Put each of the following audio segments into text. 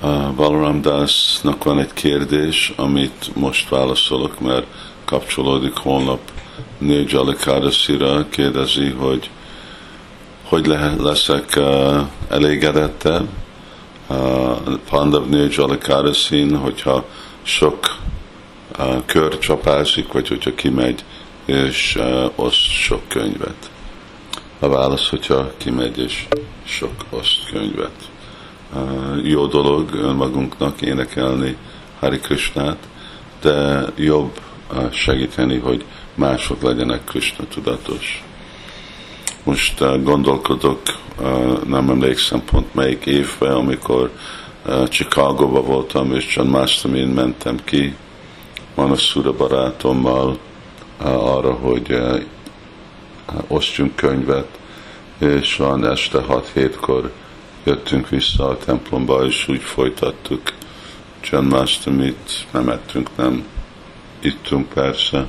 Balaram Dasnak van egy kérdés, amit most válaszolok, mert kapcsolódik holnap Nirjala Ekadasira. Kérdezi, hogy leszek elégedettel Pandav Nirjala Ekadasin, hogyha sok kör csapázik, vagy hogyha kimegy és oszt sok könyvet. A válasz, hogyha kimegy és sok oszt könyvet. Jó dolog önmagunknak énekelni Hari Krishnát, de jobb segíteni, hogy mások legyenek Krishna tudatos. Most gondolkodok, nem emlékszem pont melyik évben, amikor Chicagóba voltam, és Janmashtami-n mentem ki Manasura barátommal arra, hogy osztjunk könyvet, és van este 6-7-kor jöttünk vissza a templomba, és úgy folytattuk Janmashtami-t, nem ettünk, nem ittunk persze,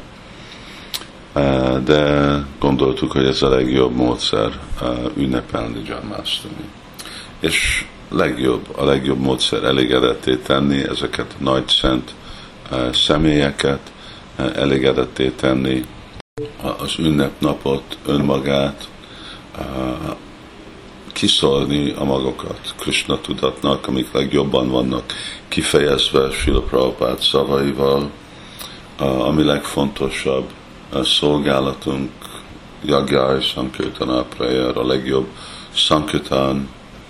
de gondoltuk, hogy ez a legjobb módszer ünnepelni Janmashtami. És a legjobb módszer elégedetté tenni ezeket a nagy szent személyeket, elégedetté tenni az ünnepnapot, önmagát, kiszolni a magokat Krishna tudatnak, amik legjobban vannak kifejezve Srila Prabhupád szavaival, ami legfontosabb a szolgálatunk, Yagyai Sankirtana Prayer, a legjobb Sankirtan,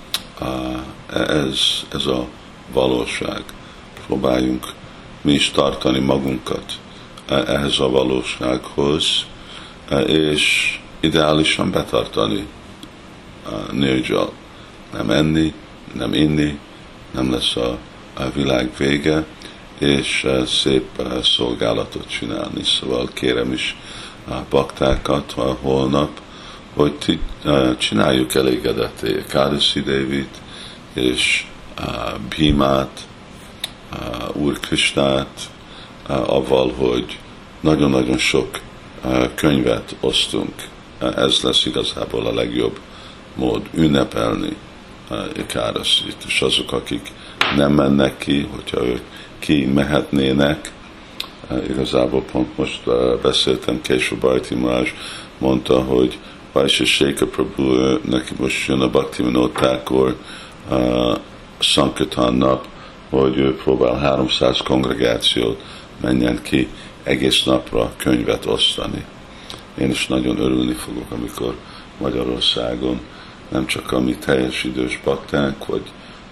ez a valóság. Próbáljunk mi is tartani magunkat ehhez a valósághoz, és ideálisan betartani Nirjal. Nem enni, nem inni, nem lesz a világ vége, és szép szolgálatot csinálni. Szóval kérem is a baktákat holnap, hogy csináljuk elégedetté Ekadasi Devit és Bhimát, Úr Krishnát, avval, hogy nagyon-nagyon sok könyvet osztunk. Ez lesz igazából a legjobb mód ünnepelni Ekadasit, és azok, akik nem mennek ki, hogyha ők ki mehetnének, igazából pont most beszéltem, Késava Bharati Maharaj mondta, hogy Vaishya Shekhar Prabhu, neki most jön a Bhaktivinoda Thakur Sankirtan nap, hogy ő próbál 300 kongregációt menjen ki egész napra könyvet osztani. Én is nagyon örülni fogok, amikor Magyarországon nem csak a mi teljes idős bakták, vagy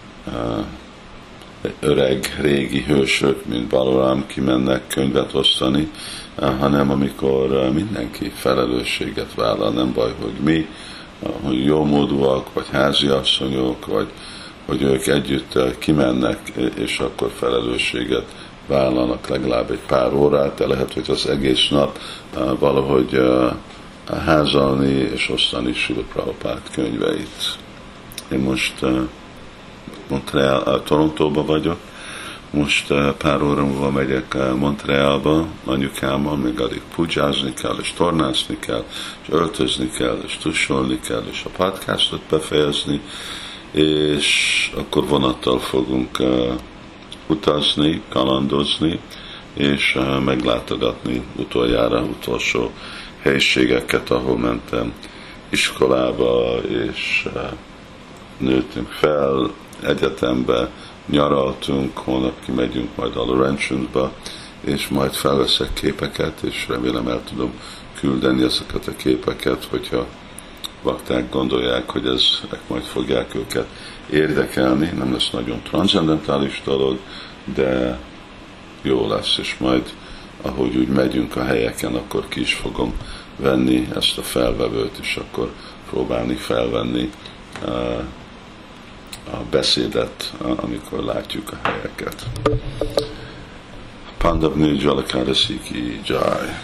öreg, régi hősök, mint Balaram kimennek könyvet osztani, hanem amikor mindenki felelősséget vállal, nem baj, hogy mi, hogy jómódúak, vagy háziasszonyok, vagy hogy ők együtt kimennek, és akkor felelősséget vállalnak legalább egy pár órát, de lehet, hogy az egész nap valahogy házalni és osztani Srila Prabhupád könyveit. Én most Torontóba vagyok, most pár óra múlva megyek Montrealba, anyukámmal, még addig pudzsázni kell, és tornászni kell, és öltözni kell, és tussolni kell, és a podcastot befejezni, és akkor vonattal fogunk utazni, kalandozni, és meglátogatni utolsó helyiségeket, ahol mentem iskolába, és nőttünk fel, egyetembe, nyaraltunk, holnap kimegyünk majd a Laurentiusba, és majd felveszek képeket, és remélem el tudom küldeni ezeket a képeket, hogyha bakták gondolják, hogy ezek majd fogják őket érdekelni. Nem lesz nagyon transzendentális dolog, de jó lesz, és majd ahogy úgy megyünk a helyeken, akkor ki is fogom venni ezt a felvevőt, és akkor próbálni felvenni a beszédet, amikor látjuk a helyeket. Pandav Nirjala Ekadasi ki jai.